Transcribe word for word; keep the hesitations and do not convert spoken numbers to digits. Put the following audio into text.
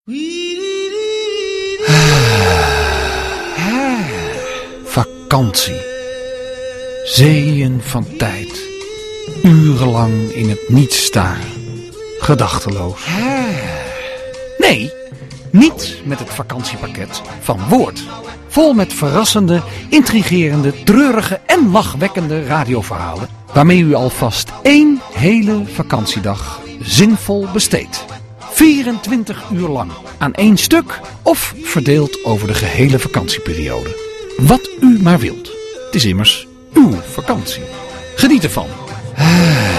Vakantie. Zeeën van tijd. Urenlang in het niets staren. Gedachteloos. Nee, niet met het vakantiepakket van Woord. Vol met verrassende, intrigerende, treurige en lachwekkende radioverhalen. Waarmee u alvast één hele vakantiedag zinvol besteedt. vierentwintig uur lang aan één stuk of verdeeld over de gehele vakantieperiode. Wat u maar wilt. Het is immers uw vakantie. Geniet ervan.